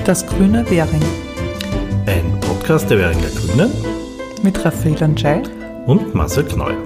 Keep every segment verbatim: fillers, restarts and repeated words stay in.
Das grüne Währing. Ein Podcast der Währinger Grünen mit Raphael Anschei und Marcel Kneuer.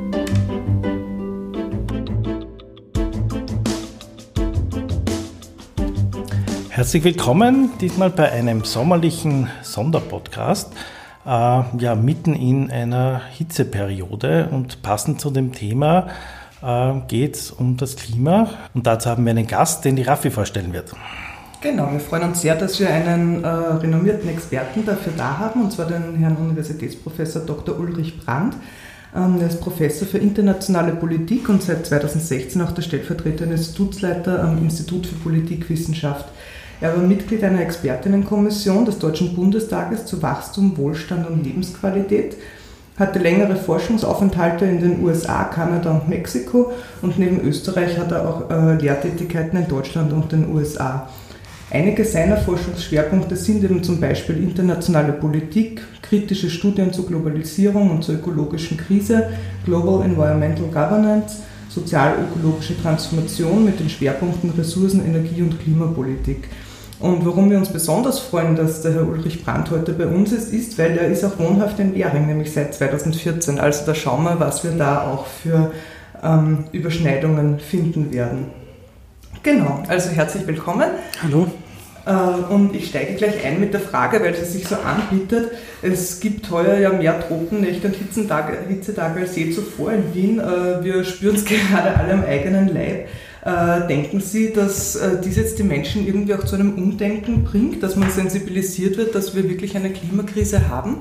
Herzlich willkommen, diesmal bei einem sommerlichen Sonderpodcast, äh, ja mitten in einer Hitzeperiode, und passend zu dem Thema äh, geht es um das Klima, und dazu haben wir einen Gast, den die Raffi vorstellen wird. Genau, wir freuen uns sehr, dass wir einen äh, renommierten Experten dafür da haben, und zwar den Herrn Universitätsprofessor Doktor Ulrich Brandt. Ähm, er ist Professor für internationale Politik und seit zweitausendsechzehn auch der stellvertretende Institutsleiter am Institut für Politikwissenschaft. Er war Mitglied einer Expertinnenkommission des Deutschen Bundestages zu Wachstum, Wohlstand und Lebensqualität, hatte längere Forschungsaufenthalte in den U S A, Kanada und Mexiko, und neben Österreich hat er auch äh, Lehrtätigkeiten in Deutschland und den U S A. Einige seiner Forschungsschwerpunkte sind eben zum Beispiel internationale Politik, kritische Studien zur Globalisierung und zur ökologischen Krise, Global Environmental Governance, sozial-ökologische Transformation mit den Schwerpunkten Ressourcen-, Energie- und Klimapolitik. Und warum wir uns besonders freuen, dass der Herr Ulrich Brandt heute bei uns ist, ist, weil er ist auch wohnhaft in Währing, nämlich seit zweitausendvierzehn. Also da schauen wir, was wir da auch für ähm, Überschneidungen finden werden. Genau, also herzlich willkommen. Hallo. Und ich steige gleich ein mit der Frage, weil sie sich so anbietet. Es gibt heuer ja mehr Tropennächte und Hitzetage, Hitzetage als je zuvor in Wien. Wir spüren es gerade alle am eigenen Leib. Denken Sie, dass dies jetzt die Menschen irgendwie auch zu einem Umdenken bringt, dass man sensibilisiert wird, dass wir wirklich eine Klimakrise haben?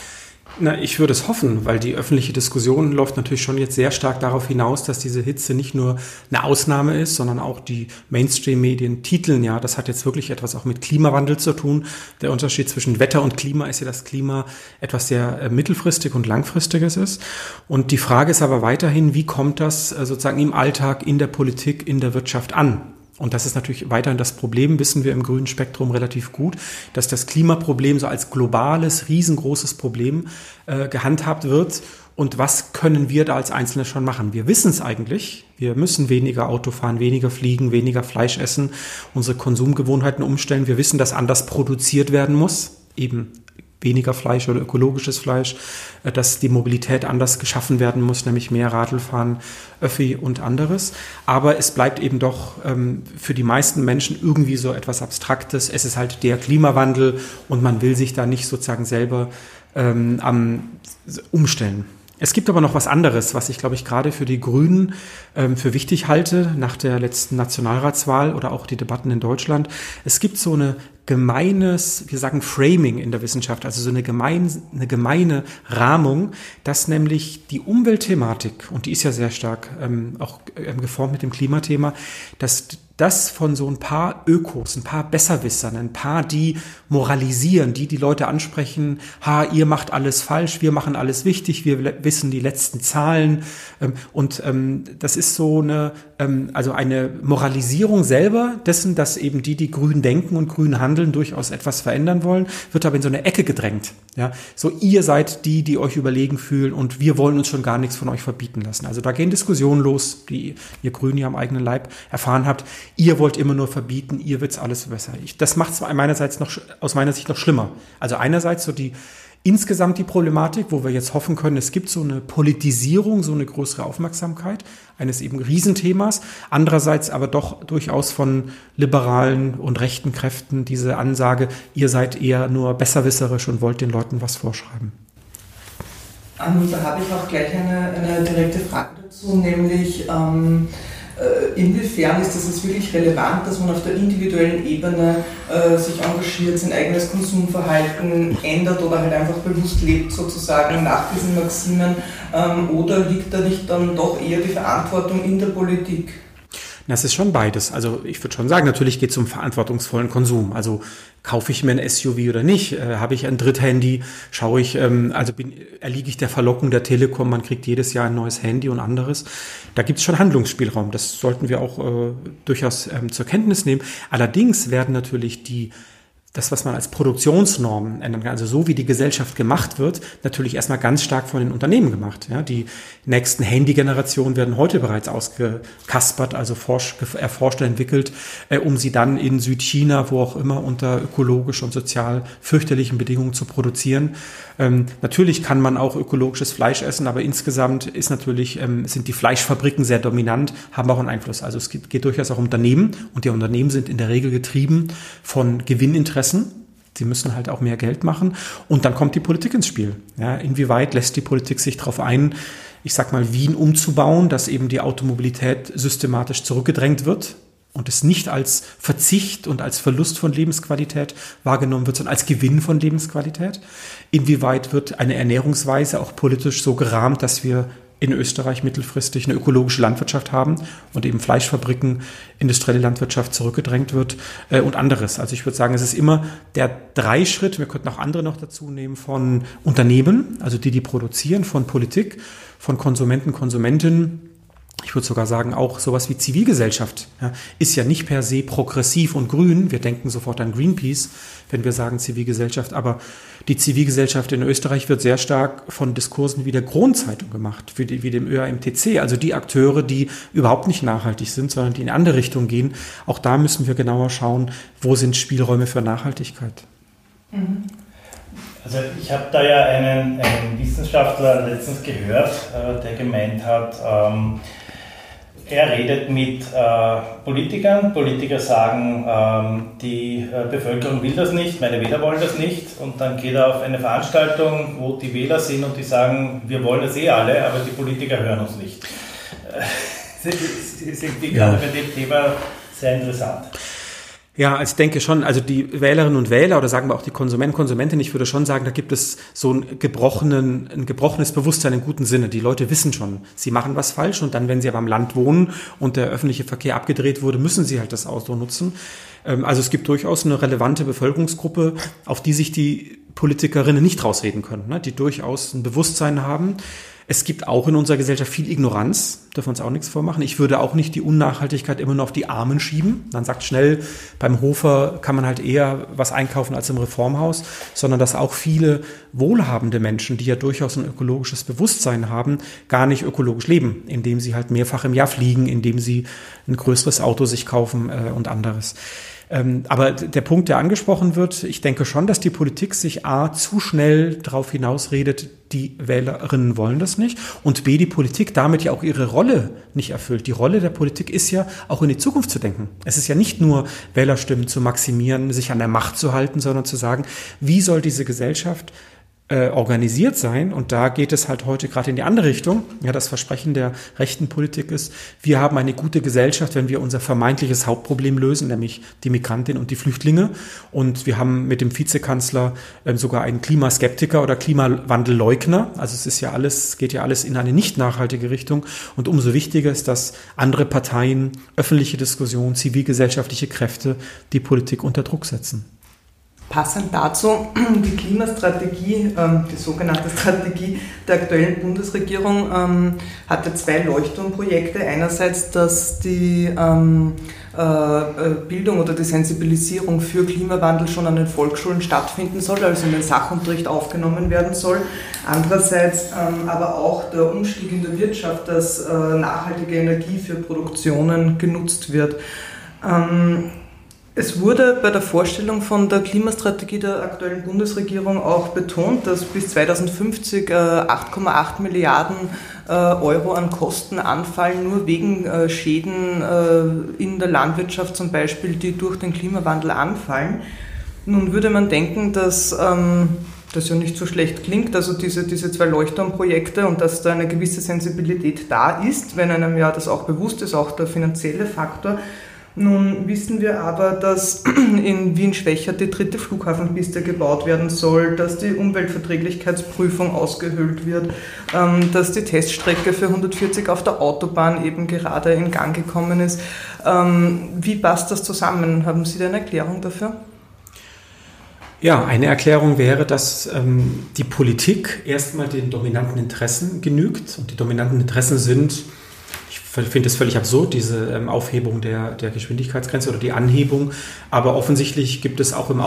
Na, ich würde es hoffen, weil die öffentliche Diskussion läuft natürlich schon jetzt sehr stark darauf hinaus, dass diese Hitze nicht nur eine Ausnahme ist, sondern auch die Mainstream-Medien titeln ja, das hat jetzt wirklich etwas auch mit Klimawandel zu tun. Der Unterschied zwischen Wetter und Klima ist ja, dass Klima etwas sehr äh, mittelfristig und langfristiges ist. Und die Frage ist aber weiterhin, wie kommt das äh, sozusagen im Alltag, in der Politik, in der Wirtschaft an? Und das ist natürlich weiterhin das Problem, wissen wir im grünen Spektrum relativ gut, dass das Klimaproblem so als globales, riesengroßes Problem äh, gehandhabt wird. Und was können wir da als Einzelne schon machen? Wir wissen es eigentlich. Wir müssen weniger Auto fahren, weniger fliegen, weniger Fleisch essen, unsere Konsumgewohnheiten umstellen. Wir wissen, dass anders produziert werden muss, eben weniger Fleisch oder ökologisches Fleisch, dass die Mobilität anders geschaffen werden muss, nämlich mehr Radlfahren, Öffi und anderes. Aber es bleibt eben doch ähm, für die meisten Menschen irgendwie so etwas Abstraktes. Es ist halt der Klimawandel und man will sich da nicht sozusagen selber ähm, am umstellen. Es gibt aber noch was anderes, was ich, glaube ich, gerade für die Grünen ähm, für wichtig halte, nach der letzten Nationalratswahl oder auch die Debatten in Deutschland. Es gibt so eine gemeines, wir sagen Framing in der Wissenschaft, also so eine, gemein, eine gemeine Rahmung, dass nämlich die Umweltthematik, und die ist ja sehr stark ähm, auch ähm, geformt mit dem Klimathema, dass das von so ein paar Ökos, ein paar Besserwissern, ein paar, die moralisieren, die die Leute ansprechen, ha, ihr macht alles falsch, wir machen alles wichtig, wir wissen die letzten Zahlen, ähm, und ähm, das ist so eine, ähm, also eine Moralisierung selber dessen, dass eben die, die grün denken und grün handeln, durchaus etwas verändern wollen, wird aber in so eine Ecke gedrängt. Ja, so ihr seid die, die euch überlegen fühlen, und wir wollen uns schon gar nichts von euch verbieten lassen. Also da gehen Diskussionen los, die ihr Grünen ja am eigenen Leib erfahren habt. Ihr wollt immer nur verbieten, ihr wird's alles besser. Ich, das macht es meinerseits noch, aus meiner Sicht noch schlimmer. Also einerseits so die insgesamt die Problematik, wo wir jetzt hoffen können, es gibt so eine Politisierung, so eine größere Aufmerksamkeit eines eben Riesenthemas. Andererseits aber doch durchaus von liberalen und rechten Kräften diese Ansage, ihr seid eher nur besserwisserisch und wollt den Leuten was vorschreiben. Um, da habe ich auch gleich eine, eine direkte Frage dazu, nämlich ähm, inwiefern ist es wirklich relevant, dass man auf der individuellen Ebene äh, sich engagiert, sein eigenes Konsumverhalten ändert oder halt einfach bewusst lebt sozusagen nach diesen Maximen, ähm, oder liegt da nicht dann doch eher die Verantwortung in der Politik? Das ist schon beides. Also ich würde schon sagen, natürlich geht es um verantwortungsvollen Konsum. Also kaufe ich mir ein S U V oder nicht? Äh, habe ich ein Dritthandy? Schaue ich, ähm, also bin, erliege ich der Verlockung der Telekom, man kriegt jedes Jahr ein neues Handy und anderes. Da gibt es schon Handlungsspielraum. Das sollten wir auch äh, durchaus ähm, zur Kenntnis nehmen. Allerdings werden natürlich die das, was man als Produktionsnormen ändern kann, also so wie die Gesellschaft gemacht wird, natürlich erstmal ganz stark von den Unternehmen gemacht. Ja, die nächsten Handy-Generationen werden heute bereits ausgekaspert, also forsch, erforscht und entwickelt, äh, um sie dann in Südchina, wo auch immer, unter ökologisch und sozial fürchterlichen Bedingungen zu produzieren. Ähm, natürlich kann man auch ökologisches Fleisch essen, aber insgesamt ist natürlich, ähm, sind die Fleischfabriken sehr dominant, haben auch einen Einfluss. Also es geht, geht durchaus auch um Unternehmen und die Unternehmen sind in der Regel getrieben von Gewinninteressen. Sie müssen halt auch mehr Geld machen. Und dann kommt die Politik ins Spiel. Ja, inwieweit lässt die Politik sich darauf ein, ich sag mal, Wien umzubauen, dass eben die Automobilität systematisch zurückgedrängt wird und es nicht als Verzicht und als Verlust von Lebensqualität wahrgenommen wird, sondern als Gewinn von Lebensqualität? Inwieweit wird eine Ernährungsweise auch politisch so gerahmt, dass wir in Österreich mittelfristig eine ökologische Landwirtschaft haben und eben Fleischfabriken, industrielle Landwirtschaft zurückgedrängt wird äh, und anderes. Also ich würde sagen, es ist immer der Dreischritt, wir könnten auch andere noch dazu nehmen, von Unternehmen, also die, die produzieren, von Politik, von Konsumenten, Konsumentinnen. Ich würde sogar sagen, auch sowas wie Zivilgesellschaft, ja, ist ja nicht per se progressiv und grün. Wir denken sofort an Greenpeace, wenn wir sagen Zivilgesellschaft. Aber die Zivilgesellschaft in Österreich wird sehr stark von Diskursen wie der Kronzeitung gemacht, wie, die, wie dem Ö A M T C. Also die Akteure, die überhaupt nicht nachhaltig sind, sondern die in eine andere Richtung gehen. Auch da müssen wir genauer schauen, wo sind Spielräume für Nachhaltigkeit. Mhm. Also ich habe da ja einen, einen Wissenschaftler letztens gehört, äh, der gemeint hat, ähm, er redet mit äh, Politikern. Politiker sagen, ähm, die äh, Bevölkerung will das nicht, meine Wähler wollen das nicht. Und dann geht er auf eine Veranstaltung, wo die Wähler sind und die sagen, wir wollen das eh alle, aber die Politiker hören uns nicht. Das ist irgendwie gerade bei dem Thema sehr interessant. Ja, also ich denke schon, also die Wählerinnen und Wähler oder sagen wir auch die Konsumenten, Konsumentinnen, ich würde schon sagen, da gibt es so ein, gebrochenen, ein gebrochenes Bewusstsein im guten Sinne. Die Leute wissen schon, sie machen was falsch und dann, wenn sie aber am Land wohnen und der öffentliche Verkehr abgedreht wurde, müssen sie halt das Auto nutzen. Also es gibt durchaus eine relevante Bevölkerungsgruppe, auf die sich die Politikerinnen nicht rausreden können, die durchaus ein Bewusstsein haben. Es gibt auch in unserer Gesellschaft viel Ignoranz, dürfen wir uns auch nichts vormachen. Ich würde auch nicht die Unnachhaltigkeit immer nur auf die Armen schieben. Man sagt schnell, beim Hofer kann man halt eher was einkaufen als im Reformhaus, sondern dass auch viele wohlhabende Menschen, die ja durchaus ein ökologisches Bewusstsein haben, gar nicht ökologisch leben, indem sie halt mehrfach im Jahr fliegen, indem sie ein größeres Auto sich kaufen äh, und anderes. Ähm, aber der Punkt, der angesprochen wird, ich denke schon, dass die Politik sich A, zu schnell darauf hinausredet, die Wählerinnen wollen das nicht, und B, die Politik damit ja auch ihre Rolle nicht erfüllt. Die Rolle der Politik ist ja auch in die Zukunft zu denken. Es ist ja nicht nur Wählerstimmen zu maximieren, sich an der Macht zu halten, sondern zu sagen, wie soll diese Gesellschaft Äh, organisiert sein, und da geht es halt heute gerade in die andere Richtung. Ja, das Versprechen der rechten Politik ist, wir haben eine gute Gesellschaft, wenn wir unser vermeintliches Hauptproblem lösen, nämlich die Migrantinnen und die Flüchtlinge, und wir haben mit dem Vizekanzler ähm, sogar einen Klimaskeptiker oder Klimawandelleugner. Also es ist ja alles, geht ja alles in eine nicht nachhaltige Richtung, und umso wichtiger ist, dass andere Parteien, öffentliche Diskussion, zivilgesellschaftliche Kräfte die Politik unter Druck setzen. Passend dazu, die Klimastrategie, ähm, die sogenannte Strategie der aktuellen Bundesregierung, ähm, hatte zwei Leuchtturmprojekte. Einerseits, dass die ähm, äh, Bildung oder die Sensibilisierung für Klimawandel schon an den Volksschulen stattfinden soll, also in den Sachunterricht aufgenommen werden soll. Andererseits ähm, aber auch der Umstieg in der Wirtschaft, dass äh, nachhaltige Energie für Produktionen genutzt wird. Ähm, Es wurde bei der Vorstellung von der Klimastrategie der aktuellen Bundesregierung auch betont, dass bis zweitausendfünfzig acht Komma acht Milliarden Euro an Kosten anfallen, nur wegen Schäden in der Landwirtschaft zum Beispiel, die durch den Klimawandel anfallen. Nun würde man denken, dass das ja nicht so schlecht klingt, also diese, diese zwei Leuchtturmprojekte, und dass da eine gewisse Sensibilität da ist, wenn einem ja das auch bewusst ist, auch der finanzielle Faktor. Nun wissen wir aber, dass in Wien-Schwächert die dritte Flughafenpiste gebaut werden soll, dass die Umweltverträglichkeitsprüfung ausgehöhlt wird, dass die Teststrecke für hundertvierzig auf der Autobahn eben gerade in Gang gekommen ist. Wie passt das zusammen? Haben Sie da eine Erklärung dafür? Ja, eine Erklärung wäre, dass ähm, die Politik erstmal den dominanten Interessen genügt, und die dominanten Interessen sind, ich finde es völlig absurd, diese ähm, Aufhebung der, der Geschwindigkeitsgrenze oder die Anhebung. Aber offensichtlich gibt es auch im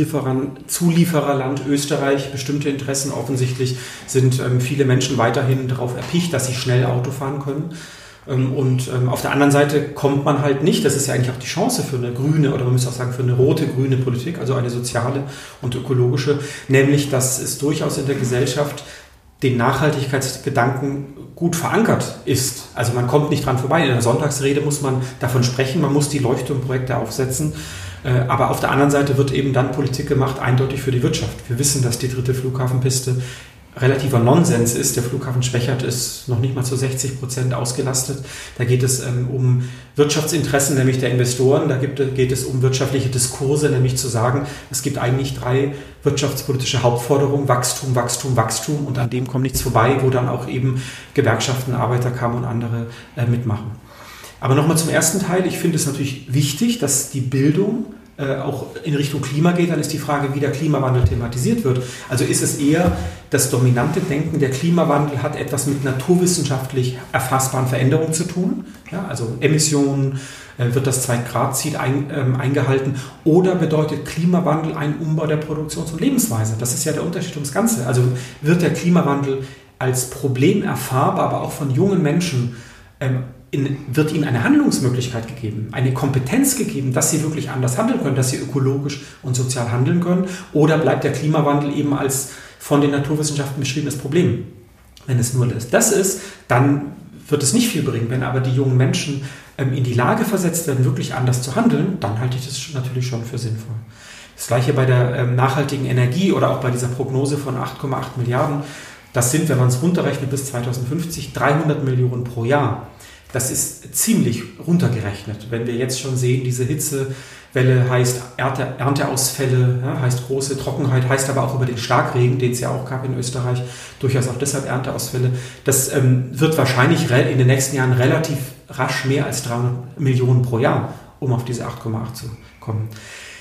Autozuliefererland Österreich bestimmte Interessen. Offensichtlich sind ähm, viele Menschen weiterhin darauf erpicht, dass sie schnell Auto fahren können. Ähm, und ähm, auf der anderen Seite kommt man halt nicht, das ist ja eigentlich auch die Chance für eine grüne oder man müsste auch sagen für eine rote-grüne Politik, also eine soziale und ökologische, nämlich dass es durchaus in der Gesellschaft den Nachhaltigkeitsgedanken gut verankert ist. Also man kommt nicht dran vorbei. In der Sonntagsrede muss man davon sprechen, man muss die Leuchtturmprojekte aufsetzen. Aber auf der anderen Seite wird eben dann Politik gemacht, eindeutig für die Wirtschaft. Wir wissen, dass die dritte Flughafenpiste relativer Nonsens ist. Der Flughafen Schwechat ist noch nicht mal zu sechzig Prozent ausgelastet. Da geht es ähm, um Wirtschaftsinteressen, nämlich der Investoren. Da gibt, geht es um wirtschaftliche Diskurse, nämlich zu sagen, es gibt eigentlich drei wirtschaftspolitische Hauptforderungen, Wachstum, Wachstum, Wachstum. Und an dem kommt nichts vorbei, wo dann auch eben Gewerkschaften, Arbeiterkammer und andere äh, mitmachen. Aber nochmal zum ersten Teil. Ich finde es natürlich wichtig, dass die Bildung auch in Richtung Klima geht, dann ist die Frage, wie der Klimawandel thematisiert wird. Also ist es eher das dominante Denken, der Klimawandel hat etwas mit naturwissenschaftlich erfassbaren Veränderungen zu tun, ja, also Emissionen, äh, wird das Zwei-Grad-Ziel ein, ähm, eingehalten oder bedeutet Klimawandel einen Umbau der Produktions- und Lebensweise? Das ist ja der Unterschied ums Ganze. Also wird der Klimawandel als Problem erfahrbar, aber auch von jungen Menschen ähm, In, wird ihnen eine Handlungsmöglichkeit gegeben, eine Kompetenz gegeben, dass sie wirklich anders handeln können, dass sie ökologisch und sozial handeln können? Oder bleibt der Klimawandel eben als von den Naturwissenschaften beschriebenes Problem? Wenn es nur das ist, dann wird es nicht viel bringen. Wenn aber die jungen Menschen ähm, in die Lage versetzt werden, wirklich anders zu handeln, dann halte ich das natürlich schon für sinnvoll. Das Gleiche bei der ähm, nachhaltigen Energie oder auch bei dieser Prognose von acht Komma acht Milliarden. Das sind, wenn man es runterrechnet, bis zweitausendfünfzig dreihundert Millionen pro Jahr. Das ist ziemlich runtergerechnet. Wenn wir jetzt schon sehen, diese Hitzewelle heißt Ernte, Ernteausfälle, ja, heißt große Trockenheit, heißt aber auch über den Starkregen, den es ja auch gab in Österreich, durchaus auch deshalb Ernteausfälle. Das ähm, wird wahrscheinlich in den nächsten Jahren relativ rasch mehr als dreihundert Millionen pro Jahr, um auf diese acht Komma acht zu kommen.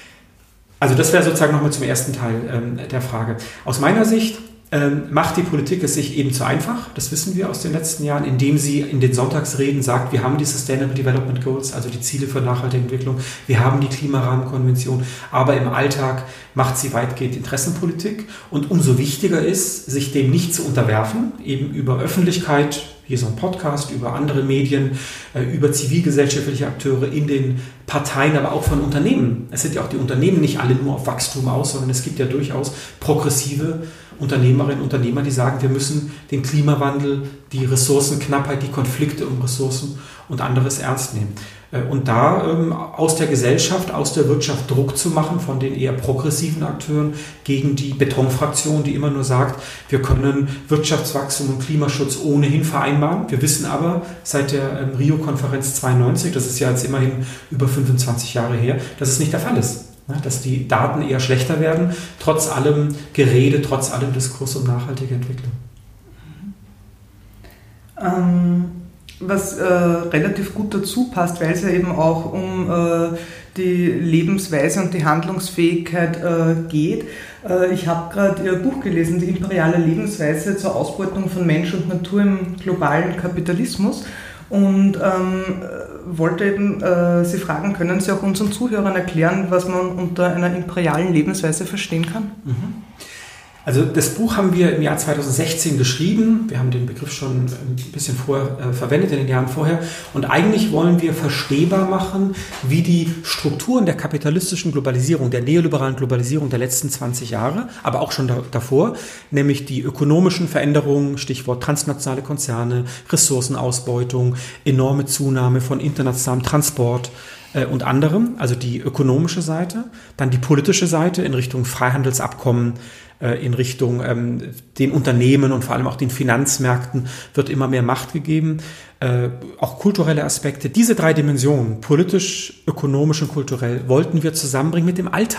Also das wäre sozusagen nochmal zum ersten Teil ähm, der Frage. Aus meiner Sicht Ähm, macht die Politik es sich eben zu einfach, das wissen wir aus den letzten Jahren, indem sie in den Sonntagsreden sagt, wir haben die Sustainable Development Goals, also die Ziele für nachhaltige Entwicklung, wir haben die Klimarahmenkonvention, aber im Alltag macht sie weitgehend Interessenpolitik und umso wichtiger ist, sich dem nicht zu unterwerfen, eben über Öffentlichkeit, hier so ein Podcast, über andere Medien, über zivilgesellschaftliche Akteure in den Parteien, aber auch von Unternehmen. Es sind ja auch die Unternehmen nicht alle nur auf Wachstum aus, sondern es gibt ja durchaus progressive Unternehmerinnen und Unternehmer, die sagen, wir müssen den Klimawandel, die Ressourcenknappheit, die Konflikte um Ressourcen und anderes ernst nehmen. Und da ähm, aus der Gesellschaft, aus der Wirtschaft Druck zu machen von den eher progressiven Akteuren gegen die Betonfraktion, die immer nur sagt, wir können Wirtschaftswachstum und Klimaschutz ohnehin vereinbaren. Wir wissen aber seit der ähm, Rio-Konferenz zweiundneunzig, das ist ja jetzt immerhin über fünfundzwanzig Jahre her, dass es nicht der Fall ist. Dass die Daten eher schlechter werden, trotz allem Gerede, trotz allem Diskurs um nachhaltige Entwicklung. Ähm, was äh, relativ gut dazu passt, weil es ja eben auch um äh, die Lebensweise und die Handlungsfähigkeit äh, geht. Äh, ich habe gerade Ihr Buch gelesen, Die imperiale Lebensweise zur Ausbeutung von Mensch und Natur im globalen Kapitalismus. Und ähm, wollte eben äh, Sie fragen, können Sie auch unseren Zuhörern erklären, was man unter einer imperialen Lebensweise verstehen kann? Mhm. Also das Buch haben wir im Jahr zweitausendsechzehn geschrieben. Wir haben den Begriff schon ein bisschen vorher äh, verwendet, in den Jahren vorher. Und eigentlich wollen wir verstehbar machen, wie die Strukturen der kapitalistischen Globalisierung, der neoliberalen Globalisierung der letzten zwanzig Jahre, aber auch schon da, davor, nämlich die ökonomischen Veränderungen, Stichwort transnationale Konzerne, Ressourcenausbeutung, enorme Zunahme von internationalem Transport, und anderem, also die ökonomische Seite, dann die politische Seite in Richtung Freihandelsabkommen, in Richtung ähm, den Unternehmen und vor allem auch den Finanzmärkten wird immer mehr Macht gegeben, äh, auch kulturelle Aspekte. Diese drei Dimensionen, politisch, ökonomisch und kulturell, wollten wir zusammenbringen mit dem Alltag.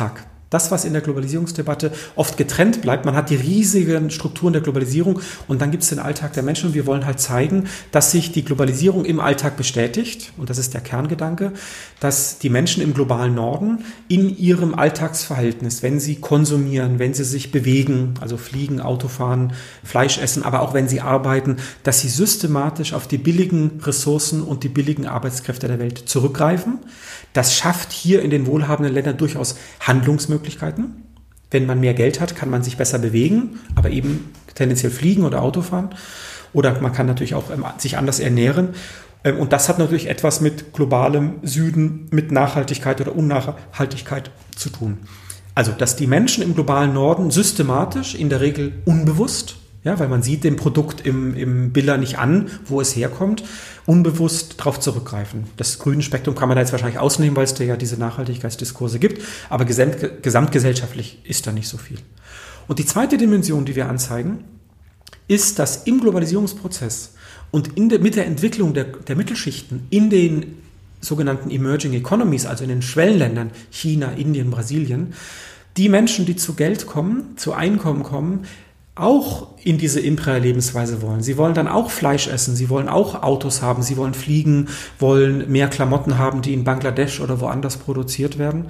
Das, was in der Globalisierungsdebatte oft getrennt bleibt, man hat die riesigen Strukturen der Globalisierung und dann gibt es den Alltag der Menschen und wir wollen halt zeigen, dass sich die Globalisierung im Alltag bestätigt und das ist der Kerngedanke, dass die Menschen im globalen Norden in ihrem Alltagsverhältnis, wenn sie konsumieren, wenn sie sich bewegen, also fliegen, Auto fahren, Fleisch essen, aber auch wenn sie arbeiten, dass sie systematisch auf die billigen Ressourcen und die billigen Arbeitskräfte der Welt zurückgreifen. Das schafft hier in den wohlhabenden Ländern durchaus Handlungsmöglichkeiten. Wenn man mehr Geld hat, kann man sich besser bewegen, aber eben tendenziell fliegen oder Auto fahren. Oder man kann natürlich auch ähm, sich anders ernähren. Ähm, und das hat natürlich etwas mit globalem Süden, mit Nachhaltigkeit oder Unnachhaltigkeit zu tun. Also, dass die Menschen im globalen Norden systematisch, in der Regel unbewusst, ja, weil man sieht dem Produkt im, im Biller nicht an, wo es herkommt, unbewusst darauf zurückgreifen. Das grüne Spektrum kann man da jetzt wahrscheinlich ausnehmen, weil es da ja diese Nachhaltigkeitsdiskurse gibt, aber gesamt, gesamtgesellschaftlich ist da nicht so viel. Und die zweite Dimension, die wir anzeigen, ist, dass im Globalisierungsprozess und in der, mit der Entwicklung der, der Mittelschichten in den sogenannten Emerging Economies, also in den Schwellenländern, China, Indien, Brasilien, die Menschen, die zu Geld kommen, zu Einkommen kommen, auch in diese imperiale Lebensweise wollen. Sie wollen dann auch Fleisch essen, sie wollen auch Autos haben, sie wollen fliegen, wollen mehr Klamotten haben, die in Bangladesch oder woanders produziert werden.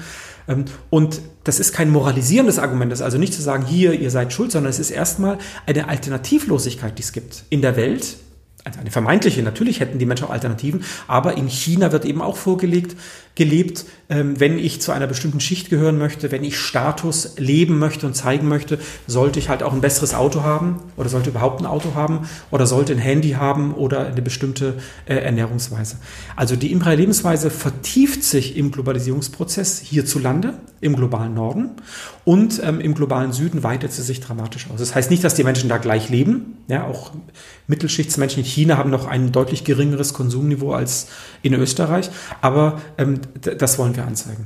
Und das ist kein moralisierendes Argument, das ist also nicht zu sagen, hier, ihr seid schuld, sondern es ist erstmal eine Alternativlosigkeit, die es gibt in der Welt. Also eine vermeintliche, natürlich hätten die Menschen auch Alternativen, aber in China wird eben auch vorgelegt, gelebt, ähm, wenn ich zu einer bestimmten Schicht gehören möchte, wenn ich Status leben möchte und zeigen möchte, sollte ich halt auch ein besseres Auto haben oder sollte überhaupt ein Auto haben oder sollte ein Handy haben oder eine bestimmte äh, Ernährungsweise. Also die imperiale Lebensweise vertieft sich im Globalisierungsprozess hierzulande, im globalen Norden und ähm, im globalen Süden weitet sie sich dramatisch aus. Das heißt nicht, dass die Menschen da gleich leben, ja, auch Mittelschichtsmenschen in China haben noch ein deutlich geringeres Konsumniveau als in Österreich, aber ähm, das wollen wir anzeigen.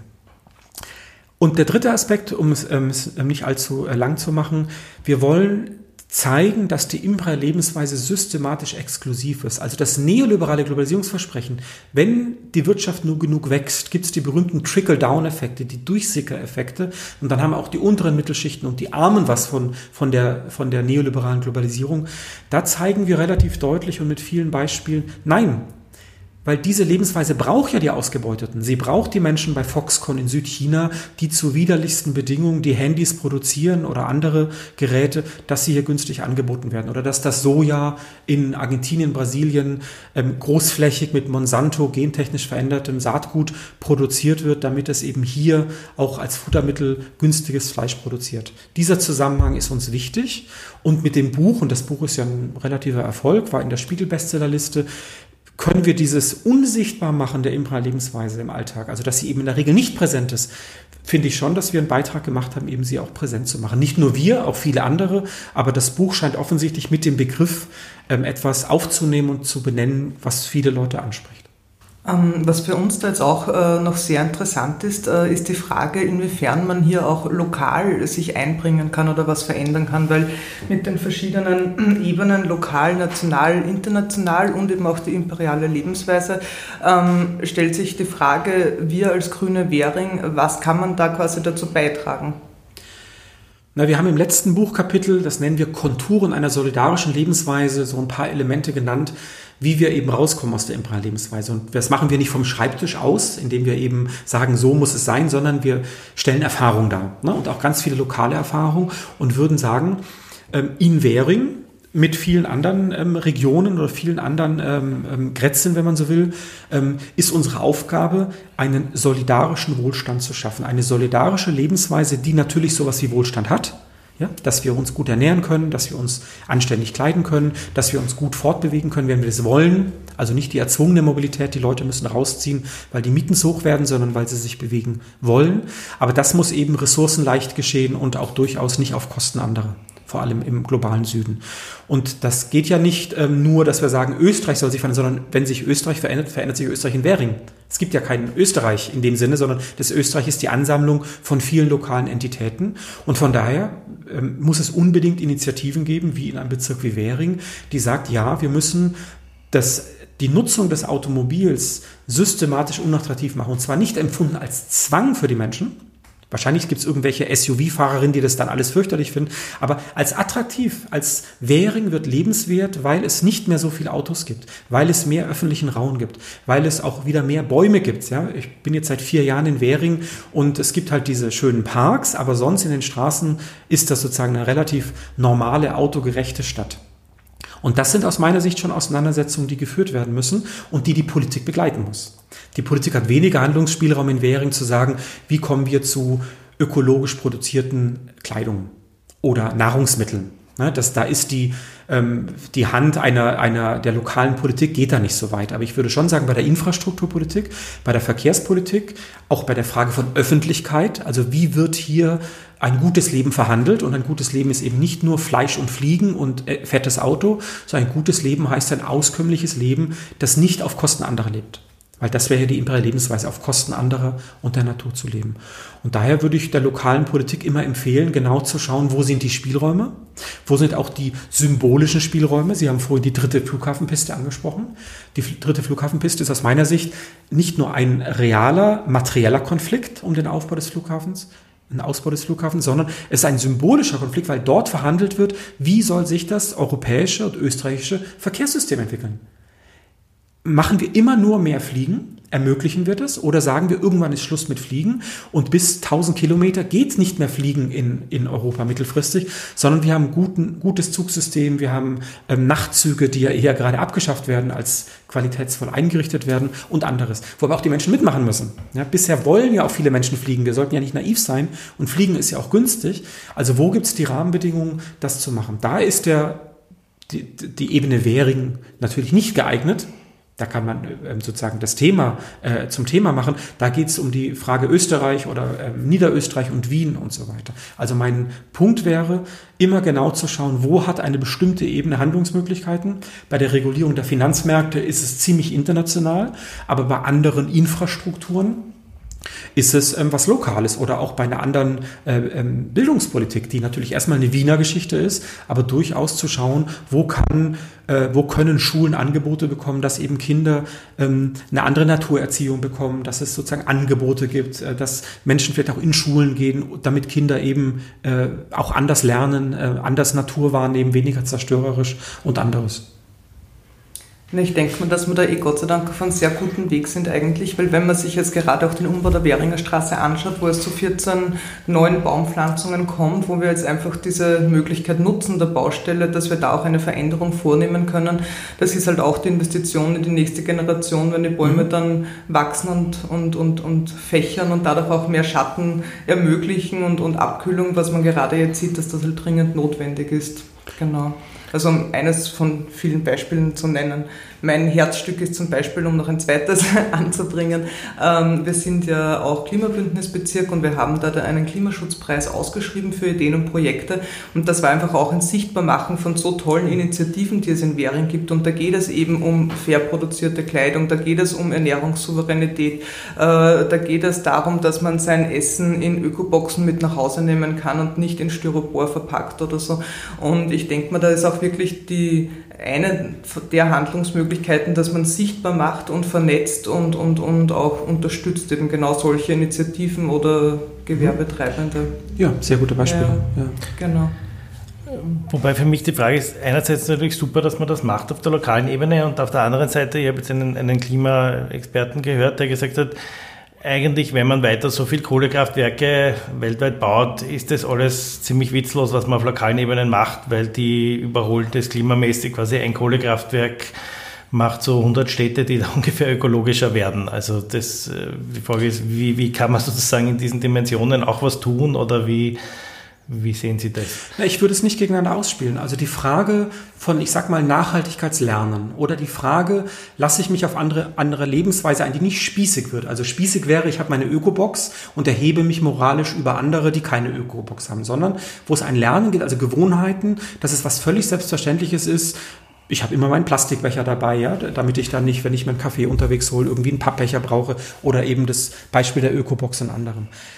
Und der dritte Aspekt, um es ähm, nicht allzu äh, lang zu machen, wir wollen zeigen, dass die imperiale Lebensweise systematisch exklusiv ist. Also das neoliberale Globalisierungsversprechen, wenn die Wirtschaft nur genug wächst, gibt es die berühmten Trickle-Down-Effekte, die Durchsicker-Effekte und dann haben auch die unteren Mittelschichten und die Armen was von, von, der, von der neoliberalen Globalisierung. Da zeigen wir relativ deutlich und mit vielen Beispielen, nein, weil diese Lebensweise braucht ja die Ausgebeuteten. Sie braucht die Menschen bei Foxconn in Südchina, die zu widerlichsten Bedingungen die Handys produzieren oder andere Geräte, dass sie hier günstig angeboten werden. Oder dass das Soja in Argentinien, Brasilien ähm, großflächig mit Monsanto gentechnisch verändertem Saatgut produziert wird, damit es eben hier auch als Futtermittel günstiges Fleisch produziert. Dieser Zusammenhang ist uns wichtig. Und mit dem Buch, und das Buch ist ja ein relativer Erfolg, war in der Spiegel-Bestsellerliste, können wir dieses Unsichtbarmachen der imperialen Lebensweise im Alltag, also dass sie eben in der Regel nicht präsent ist, finde ich schon, dass wir einen Beitrag gemacht haben, eben sie auch präsent zu machen. Nicht nur wir, auch viele andere, aber das Buch scheint offensichtlich mit dem Begriff ähm, etwas aufzunehmen und zu benennen, was viele Leute anspricht. Was für uns da jetzt auch äh, noch sehr interessant ist, äh, ist die Frage, inwiefern man hier auch lokal sich einbringen kann oder was verändern kann, weil mit den verschiedenen Ebenen, lokal, national, international und eben auch die imperiale Lebensweise, ähm, stellt sich die Frage, wir als Grüne Währing, was kann man da quasi dazu beitragen? Na, wir haben im letzten Buchkapitel, das nennen wir Konturen einer solidarischen Lebensweise, so ein paar Elemente genannt, wie wir eben rauskommen aus der imperialen Lebensweise. Und das machen wir nicht vom Schreibtisch aus, indem wir eben sagen, so muss es sein, sondern wir stellen Erfahrung dar, ne? Und auch ganz viele lokale Erfahrungen und würden sagen, ähm, in Währing mit vielen anderen ähm, Regionen oder vielen anderen ähm, ähm, Grätzen, wenn man so will, ähm, ist unsere Aufgabe, einen solidarischen Wohlstand zu schaffen. Eine solidarische Lebensweise, die natürlich sowas wie Wohlstand hat. Ja, dass wir uns gut ernähren können, dass wir uns anständig kleiden können, dass wir uns gut fortbewegen können, wenn wir das wollen. Also nicht die erzwungene Mobilität, die Leute müssen rausziehen, weil die Mieten so hoch werden, sondern weil sie sich bewegen wollen. Aber das muss eben ressourcenleicht geschehen und auch durchaus nicht auf Kosten anderer, vor allem im globalen Süden. Und das geht ja nicht ähm, nur, dass wir sagen, Österreich soll sich verändern, sondern wenn sich Österreich verändert, verändert sich Österreich in Währing. Es gibt ja kein Österreich in dem Sinne, sondern das Österreich ist die Ansammlung von vielen lokalen Entitäten. Und von daher ähm, muss es unbedingt Initiativen geben, wie in einem Bezirk wie Währing, die sagt, ja, wir müssen das, die Nutzung des Automobils systematisch unattraktiv machen. Und zwar nicht empfunden als Zwang für die Menschen, Wahrscheinlich gibt es irgendwelche S U V-Fahrerinnen, die das dann alles fürchterlich finden. Aber als attraktiv, als Währing wird lebenswert, weil es nicht mehr so viele Autos gibt, weil es mehr öffentlichen Raum gibt, weil es auch wieder mehr Bäume gibt. Ja? Ich bin jetzt seit vier Jahren in Währing und es gibt halt diese schönen Parks, aber sonst in den Straßen ist das sozusagen eine relativ normale, autogerechte Stadt. Und das sind aus meiner Sicht schon Auseinandersetzungen, die geführt werden müssen und die die Politik begleiten muss. Die Politik hat weniger Handlungsspielraum in Währing zu sagen, wie kommen wir zu ökologisch produzierten Kleidung oder Nahrungsmitteln. Das, da ist die, ähm, die Hand einer, einer der lokalen Politik geht da nicht so weit. Aber ich würde schon sagen, bei der Infrastrukturpolitik, bei der Verkehrspolitik, auch bei der Frage von Öffentlichkeit, also wie wird hier ein gutes Leben verhandelt, und ein gutes Leben ist eben nicht nur Fleisch und Fliegen und äh, fettes Auto, sondern ein gutes Leben heißt ein auskömmliches Leben, das nicht auf Kosten anderer lebt. Weil das wäre ja die imperiale Lebensweise, auf Kosten anderer und der Natur zu leben. Und daher würde ich der lokalen Politik immer empfehlen, genau zu schauen, wo sind die Spielräume, wo sind auch die symbolischen Spielräume. Sie haben vorhin die dritte Flughafenpiste angesprochen. Die dritte Flughafenpiste ist aus meiner Sicht nicht nur ein realer, materieller Konflikt um den Aufbau des Flughafens, ein Ausbau des Flughafens, sondern es ist ein symbolischer Konflikt, weil dort verhandelt wird, wie soll sich das europäische und österreichische Verkehrssystem entwickeln. Machen wir immer nur mehr Fliegen? Ermöglichen wir das? Oder sagen wir, irgendwann ist Schluss mit Fliegen und bis tausend Kilometer geht es nicht mehr Fliegen in, in Europa mittelfristig, sondern wir haben ein guten, gutes Zugsystem, wir haben ähm, Nachtzüge, die ja eher gerade abgeschafft werden, als qualitätsvoll eingerichtet werden und anderes. Wo aber auch die Menschen mitmachen müssen. Ja, bisher wollen ja auch viele Menschen fliegen. Wir sollten ja nicht naiv sein und Fliegen ist ja auch günstig. Also wo gibt es die Rahmenbedingungen, das zu machen? Da ist der, die, die Ebene Währing natürlich nicht geeignet. Da kann man ähm, sozusagen das Thema äh, zum Thema machen. Da geht es um die Frage Österreich oder ähm, Niederösterreich und Wien und so weiter. Also mein Punkt wäre, immer genau zu schauen, wo hat eine bestimmte Ebene Handlungsmöglichkeiten. Bei der Regulierung der Finanzmärkte ist es ziemlich international, aber bei anderen Infrastrukturen ist es ähm, was Lokales oder auch bei einer anderen äh, ähm, Bildungspolitik, die natürlich erstmal eine Wiener Geschichte ist, aber durchaus zu schauen, wo kann, äh, wo können Schulen Angebote bekommen, dass eben Kinder ähm, eine andere Naturerziehung bekommen, dass es sozusagen Angebote gibt, äh, dass Menschen vielleicht auch in Schulen gehen, damit Kinder eben äh, auch anders lernen, äh, anders Natur wahrnehmen, weniger zerstörerisch und anderes. Ich denke mal, dass wir da eh Gott sei Dank auf einem sehr guten Weg sind eigentlich, weil wenn man sich jetzt gerade auch den Umbau der Währinger Straße anschaut, wo es zu vierzehn neuen Baumpflanzungen kommt, wo wir jetzt einfach diese Möglichkeit nutzen der Baustelle, dass wir da auch eine Veränderung vornehmen können, das ist halt auch die Investition in die nächste Generation, wenn die Bäume dann wachsen und, und, und, und fächern und dadurch auch mehr Schatten ermöglichen und, und Abkühlung, was man gerade jetzt sieht, dass das halt dringend notwendig ist. Genau. Also um eines von vielen Beispielen zu nennen. Mein Herzstück ist zum Beispiel, um noch ein zweites anzubringen, ähm, wir sind ja auch Klimabündnisbezirk und wir haben da einen Klimaschutzpreis ausgeschrieben für Ideen und Projekte und das war einfach auch ein Sichtbarmachen von so tollen Initiativen, die es in Währing gibt und da geht es eben um fair produzierte Kleidung, da geht es um Ernährungssouveränität, äh, da geht es darum, dass man sein Essen in Ökoboxen mit nach Hause nehmen kann und nicht in Styropor verpackt oder so und ich denke mal, da ist auch wirklich die eine der Handlungsmöglichkeiten, dass man sichtbar macht und vernetzt und, und, und auch unterstützt eben genau solche Initiativen oder Gewerbetreibende. Ja, sehr gute Beispiele. Ja, ja. Genau. Wobei für mich die Frage ist, einerseits natürlich super, dass man das macht auf der lokalen Ebene und auf der anderen Seite, ich habe jetzt einen, einen Klimaexperten gehört, der gesagt hat, eigentlich, wenn man weiter so viel Kohlekraftwerke weltweit baut, ist das alles ziemlich witzlos, was man auf lokalen Ebenen macht, weil die überholen das klimamäßig. Quasi ein Kohlekraftwerk macht so hundert Städte, die da ungefähr ökologischer werden. Also das, die Frage ist, wie, wie kann man sozusagen in diesen Dimensionen auch was tun oder wie... Wie sehen Sie das? Ich würde es nicht gegeneinander ausspielen. Also die Frage von, ich sag mal, Nachhaltigkeitslernen oder die Frage, lasse ich mich auf andere, andere Lebensweise ein, die nicht spießig wird. Also spießig wäre, ich habe meine Ökobox und erhebe mich moralisch über andere, die keine Ökobox haben, sondern wo es ein Lernen geht, also Gewohnheiten, dass es was völlig Selbstverständliches ist. Ich habe immer meinen Plastikbecher dabei, ja, damit ich dann nicht, wenn ich meinen Kaffee unterwegs hole, irgendwie einen Pappbecher brauche oder eben das Beispiel der Ökobox in anderen.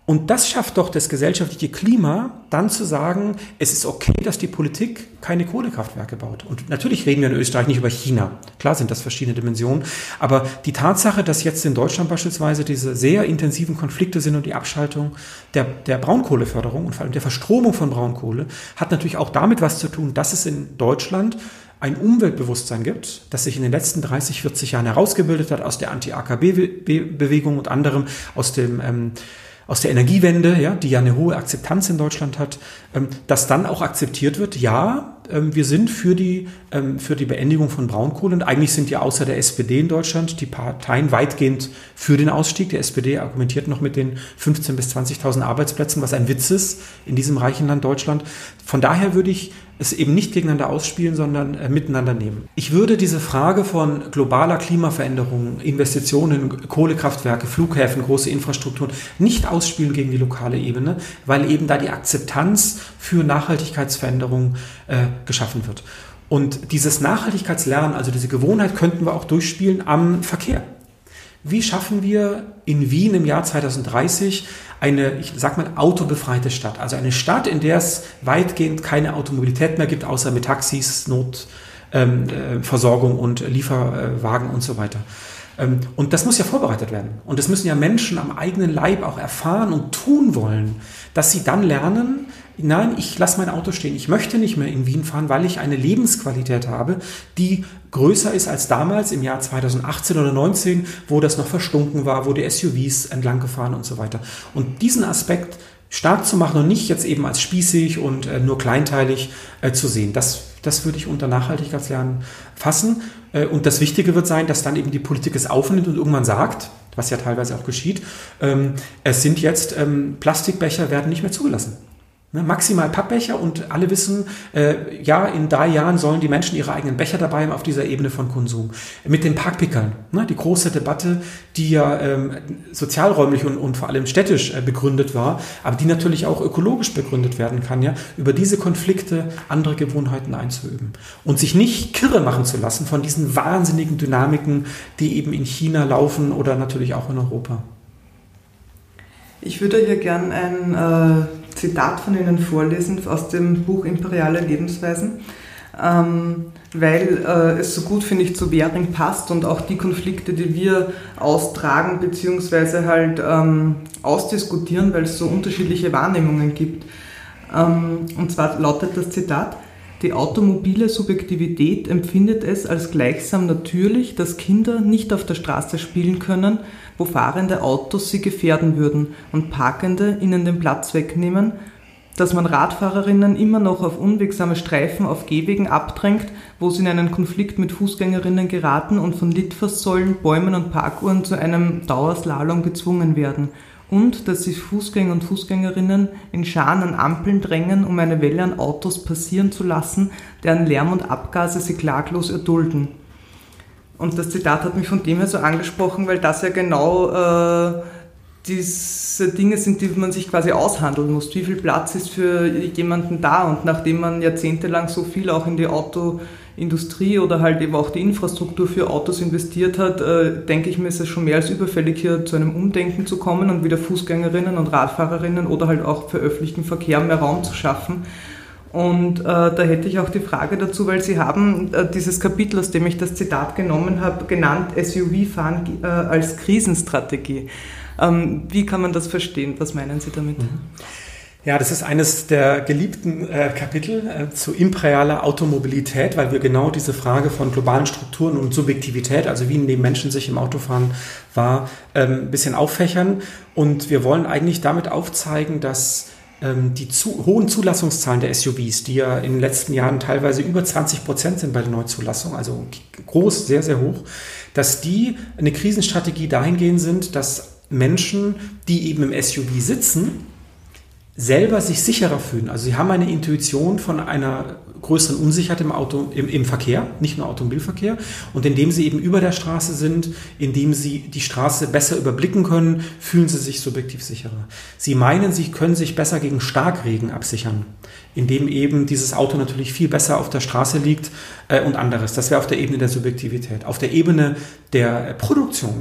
Und das schafft doch das gesellschaftliche Klima, dann zu sagen, es ist okay, dass die Politik keine Kohlekraftwerke baut. Und natürlich reden wir in Österreich nicht über China. Klar sind das verschiedene Dimensionen. Aber die Tatsache, dass jetzt in Deutschland beispielsweise diese sehr intensiven Konflikte sind und die Abschaltung der, der Braunkohleförderung und vor allem der Verstromung von Braunkohle, hat natürlich auch damit was zu tun, dass es in Deutschland ein Umweltbewusstsein gibt, das sich in den letzten dreißig, vierzig Jahren herausgebildet hat aus der Anti-A K B-Bewegung und anderem, aus dem ähm, aus der Energiewende, ja, die ja eine hohe Akzeptanz in Deutschland hat, ähm, dass dann auch akzeptiert wird, ja, ähm, wir sind für die, ähm, für die Beendigung von Braunkohle und eigentlich sind ja außer der S P D in Deutschland die Parteien weitgehend für den Ausstieg. Die S P D argumentiert noch mit den fünfzehntausend bis zwanzigtausend Arbeitsplätzen, was ein Witz ist in diesem reichen Land Deutschland. Von daher würde ich es eben nicht gegeneinander ausspielen, sondern äh, miteinander nehmen. Ich würde diese Frage von globaler Klimaveränderung, Investitionen in Kohlekraftwerke, Flughäfen, große Infrastrukturen nicht ausspielen gegen die lokale Ebene, weil eben da die Akzeptanz für Nachhaltigkeitsveränderung äh, geschaffen wird. Und dieses Nachhaltigkeitslernen, also diese Gewohnheit, könnten wir auch durchspielen am Verkehr. Wie schaffen wir in Wien im Jahr zweitausenddreißig eine, ich sag mal, autobefreite Stadt? Also eine Stadt, in der es weitgehend keine Automobilität mehr gibt, außer mit Taxis, Notversorgung ähm, und Lieferwagen und so weiter. Ähm, und das muss ja vorbereitet werden. Und das müssen ja Menschen am eigenen Leib auch erfahren und tun wollen, dass sie dann lernen, nein, ich lasse mein Auto stehen. Ich möchte nicht mehr in Wien fahren, weil ich eine Lebensqualität habe, die größer ist als damals im Jahr zweitausendachtzehn oder neunzehn, wo das noch verstunken war, wo die S U Vs entlang gefahren und so weiter. Und diesen Aspekt stark zu machen und nicht jetzt eben als spießig und äh, nur kleinteilig äh, zu sehen, das, das würde ich unter Nachhaltigkeitslernen fassen. Äh, und das Wichtige wird sein, dass dann eben die Politik es aufnimmt und irgendwann sagt, was ja teilweise auch geschieht, ähm, es sind jetzt, ähm, Plastikbecher werden nicht mehr zugelassen. Ne, maximal Pappbecher und alle wissen, äh, ja, in drei Jahren sollen die Menschen ihre eigenen Becher dabei haben auf dieser Ebene von Konsum. Mit den Parkpickern, ne, die große Debatte, die ja ähm, sozialräumlich und, und vor allem städtisch äh, begründet war, aber die natürlich auch ökologisch begründet werden kann, ja, über diese Konflikte andere Gewohnheiten einzuüben. Und sich nicht kirre machen zu lassen von diesen wahnsinnigen Dynamiken, die eben in China laufen oder natürlich auch in Europa. Ich würde hier gern ein äh, Zitat von Ihnen vorlesen aus dem Buch Imperiale Lebensweisen, ähm, weil äh, es so gut, finde ich, zu Währing passt und auch die Konflikte, die wir austragen bzw. halt ähm, ausdiskutieren, weil es so unterschiedliche Wahrnehmungen gibt. Ähm, und zwar lautet das Zitat: Die automobile Subjektivität empfindet es als gleichsam natürlich, dass Kinder nicht auf der Straße spielen können, wo fahrende Autos sie gefährden würden und Parkende ihnen den Platz wegnehmen, dass man Radfahrerinnen immer noch auf unwegsame Streifen auf Gehwegen abdrängt, wo sie in einen Konflikt mit Fußgängerinnen geraten und von Litfaßsäulen, Bäumen und Parkuhren zu einem Dauerslalom gezwungen werden. Und dass sich Fußgänger und Fußgängerinnen in Scharen an Ampeln drängen, um eine Welle an Autos passieren zu lassen, deren Lärm und Abgase sie klaglos erdulden. Und das Zitat hat mich von dem her so angesprochen, weil das ja genau äh, diese Dinge sind, die man sich quasi aushandeln muss. Wie viel Platz ist für jemanden da? Und nachdem man jahrzehntelang so viel auch in die Autoindustrie oder halt eben auch die Infrastruktur für Autos investiert hat, äh, denke ich mir, ist es schon mehr als überfällig, hier zu einem Umdenken zu kommen und wieder Fußgängerinnen und Radfahrerinnen oder halt auch für öffentlichen Verkehr mehr Raum zu schaffen. Und äh, da hätte ich auch die Frage dazu, weil Sie haben äh, dieses Kapitel, aus dem ich das Zitat genommen habe, genannt, S U V-Fahren äh, als Krisenstrategie. Ähm, wie kann man das verstehen? Was meinen Sie damit? Ja, das ist eines der geliebten äh, Kapitel äh, zu imperialer Automobilität, weil wir genau diese Frage von globalen Strukturen und Subjektivität, also wie nehmen Menschen sich im Autofahren wahr, ähm, ein bisschen auffächern. Und wir wollen eigentlich damit aufzeigen, dass die zu, hohen Zulassungszahlen der S U Vs, die ja in den letzten Jahren teilweise über zwanzig Prozent sind bei der Neuzulassung, also groß, sehr, sehr hoch, dass die eine Krisenstrategie dahingehend sind, dass Menschen, die eben im S U V sitzen, selber sich sicherer fühlen. Also sie haben eine Intuition von einer größeren Unsicherheit im Auto, im, im Verkehr, nicht nur Automobilverkehr. Und indem sie eben über der Straße sind, indem sie die Straße besser überblicken können, fühlen sie sich subjektiv sicherer. Sie meinen, sie können sich besser gegen Starkregen absichern, indem eben dieses Auto natürlich viel besser auf der Straße liegt äh, und anderes. Das wäre auf der Ebene der Subjektivität. Auf der Ebene der Produktion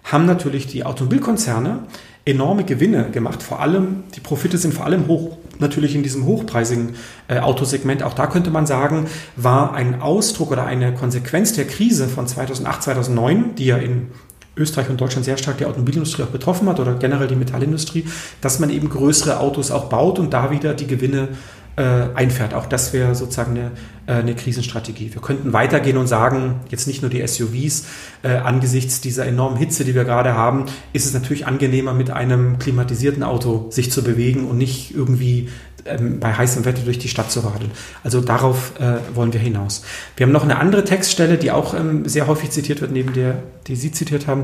haben natürlich die Automobilkonzerne enorme Gewinne gemacht. Vor allem, die Profite sind vor allem hoch, natürlich in diesem hochpreisigen äh, Autosegment. Auch da könnte man sagen, war ein Ausdruck oder eine Konsequenz der Krise von zweitausendacht, zweitausendneun, die ja in Österreich und Deutschland sehr stark die Automobilindustrie auch betroffen hat oder generell die Metallindustrie, dass man eben größere Autos auch baut und da wieder die Gewinne äh, einfährt. Auch das wäre sozusagen eine, äh, eine Krisenstrategie. Wir könnten weitergehen und sagen, jetzt nicht nur die S U Vs, äh, angesichts dieser enormen Hitze, die wir gerade haben, ist es natürlich angenehmer, mit einem klimatisierten Auto sich zu bewegen und nicht irgendwie ähm, bei heißem Wetter durch die Stadt zu radeln. Also darauf äh, wollen wir hinaus. Wir haben noch eine andere Textstelle, die auch ähm, sehr häufig zitiert wird, neben der, die Sie zitiert haben,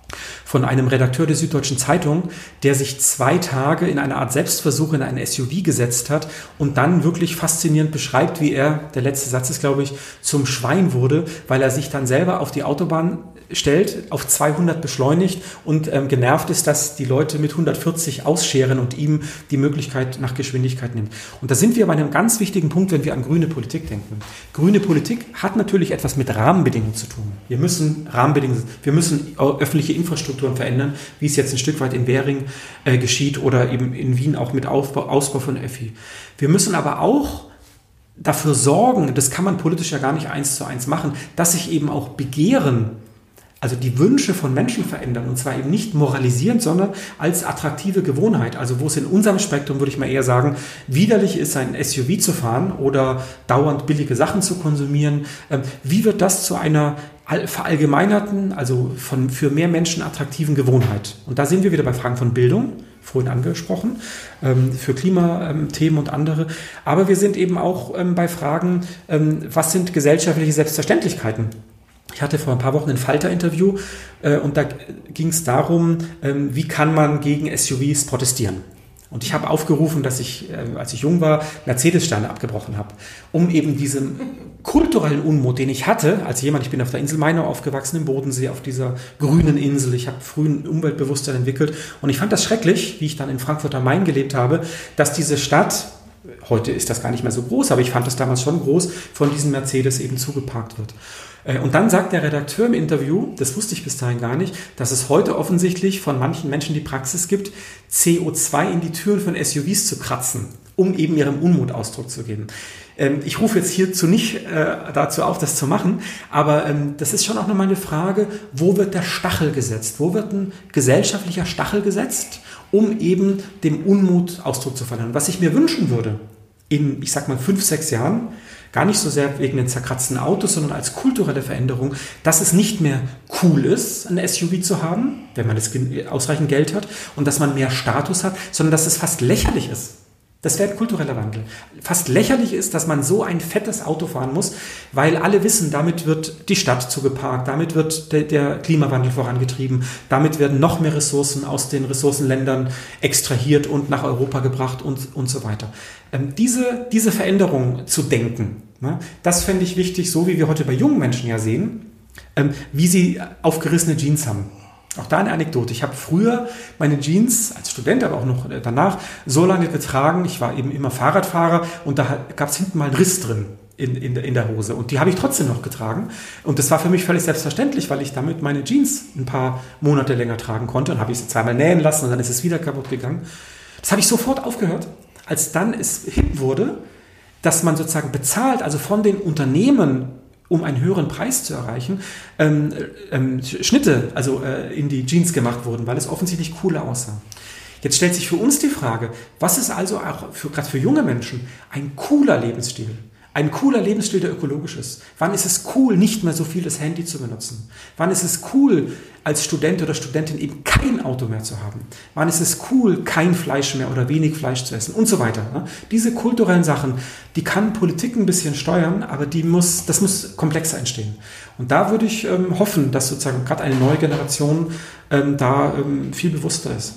von einem Redakteur der Süddeutschen Zeitung, der sich zwei Tage in einer Art Selbstversuch in einen S U V gesetzt hat und dann wirklich faszinierend beschreibt, wie er, der letzte Satz ist, glaube ich, zum Schwein wurde, weil er sich dann selber auf die Autobahn stellt, auf zweihundert beschleunigt und ähm, genervt ist, dass die Leute mit hundertvierzig ausscheren und ihm die Möglichkeit nach Geschwindigkeit nimmt. Und da sind wir bei einem ganz wichtigen Punkt, wenn wir an grüne Politik denken. Grüne Politik hat natürlich etwas mit Rahmenbedingungen zu tun. Wir müssen Rahmenbedingungen, wir müssen öffentliche Infrastrukturen verändern, wie es jetzt ein Stück weit in Währing äh, geschieht oder eben in Wien auch mit Aufbau, Ausbau von Öffi. Wir müssen aber auch dafür sorgen, das kann man politisch ja gar nicht eins zu eins machen, dass sich eben auch Begehren, also die Wünsche von Menschen verändern und zwar eben nicht moralisierend, sondern als attraktive Gewohnheit. Also wo es in unserem Spektrum, würde ich mal eher sagen, widerlich ist, ein S U V zu fahren oder dauernd billige Sachen zu konsumieren. Wie wird das zu einer verallgemeinerten, also von, für mehr Menschen attraktiven Gewohnheit? Und da sind wir wieder bei Fragen von Bildung, vorhin angesprochen, für Klimathemen und andere. Aber wir sind eben auch bei Fragen, was sind gesellschaftliche Selbstverständlichkeiten? Ich hatte vor ein paar Wochen ein Falter-Interview äh, und da ging es darum, ähm, wie kann man gegen S U Vs protestieren. Und ich habe aufgerufen, dass ich, äh, als ich jung war, Mercedes-Sterne abgebrochen habe, um eben diesen kulturellen Unmut, den ich hatte, als jemand, ich bin auf der Insel Mainau aufgewachsen, im Bodensee, auf dieser grünen Insel, ich habe früh ein Umweltbewusstsein entwickelt und ich fand das schrecklich, wie ich dann in Frankfurt am Main gelebt habe, dass diese Stadt, heute ist das gar nicht mehr so groß, aber ich fand das damals schon groß, von diesen Mercedes eben zugeparkt wird. Und dann sagt der Redakteur im Interview, das wusste ich bis dahin gar nicht, dass es heute offensichtlich von manchen Menschen die Praxis gibt, C O zwei in die Türen von S U Vs zu kratzen, um eben ihrem Unmut Ausdruck zu geben. Ich rufe jetzt hierzu nicht dazu auf, das zu machen, aber das ist schon auch nochmal eine Frage, wo wird der Stachel gesetzt? Wo wird ein gesellschaftlicher Stachel gesetzt, um eben dem Unmut Ausdruck zu verleihen? Was ich mir wünschen würde, in, ich sag mal, fünf, sechs Jahren, gar nicht so sehr wegen den zerkratzten Autos, sondern als kulturelle Veränderung, dass es nicht mehr cool ist, ein S U V zu haben, wenn man das ausreichend Geld hat, und dass man mehr Status hat, sondern dass es fast lächerlich ist. Das wäre ein kultureller Wandel. Fast lächerlich ist, dass man so ein fettes Auto fahren muss, weil alle wissen, damit wird die Stadt zugeparkt, damit wird der, der Klimawandel vorangetrieben, damit werden noch mehr Ressourcen aus den Ressourcenländern extrahiert und nach Europa gebracht und, und so weiter. Ähm, diese, diese Veränderung zu denken, ne, das fände ich wichtig, so wie wir heute bei jungen Menschen ja sehen, ähm, wie sie aufgerissene Jeans haben. Auch da eine Anekdote. Ich habe früher meine Jeans, als Student, aber auch noch danach, so lange getragen. Ich war eben immer Fahrradfahrer und da gab es hinten mal einen Riss drin in, in, in der Hose. Und die habe ich trotzdem noch getragen. Und das war für mich völlig selbstverständlich, weil ich damit meine Jeans ein paar Monate länger tragen konnte. Und habe ich sie zweimal nähen lassen und dann ist es wieder kaputt gegangen. Das habe ich sofort aufgehört, als dann es hip wurde, dass man sozusagen bezahlt, also von den Unternehmen, um einen höheren Preis zu erreichen, ähm, ähm, Schnitte also äh, in die Jeans gemacht wurden, weil es offensichtlich cooler aussah. Jetzt stellt sich für uns die Frage, was ist also auch für, gerade für junge Menschen ein cooler Lebensstil? Ein cooler Lebensstil, der ökologisch ist. Wann ist es cool, nicht mehr so viel das Handy zu benutzen? Wann ist es cool, als Student oder Studentin eben kein Auto mehr zu haben? Wann ist es cool, kein Fleisch mehr oder wenig Fleisch zu essen und so weiter? Diese kulturellen Sachen, die kann Politik ein bisschen steuern, aber die muss, das muss komplexer entstehen. Und da würde ich ähm, hoffen, dass sozusagen gerade eine neue Generation ähm, da ähm, viel bewusster ist.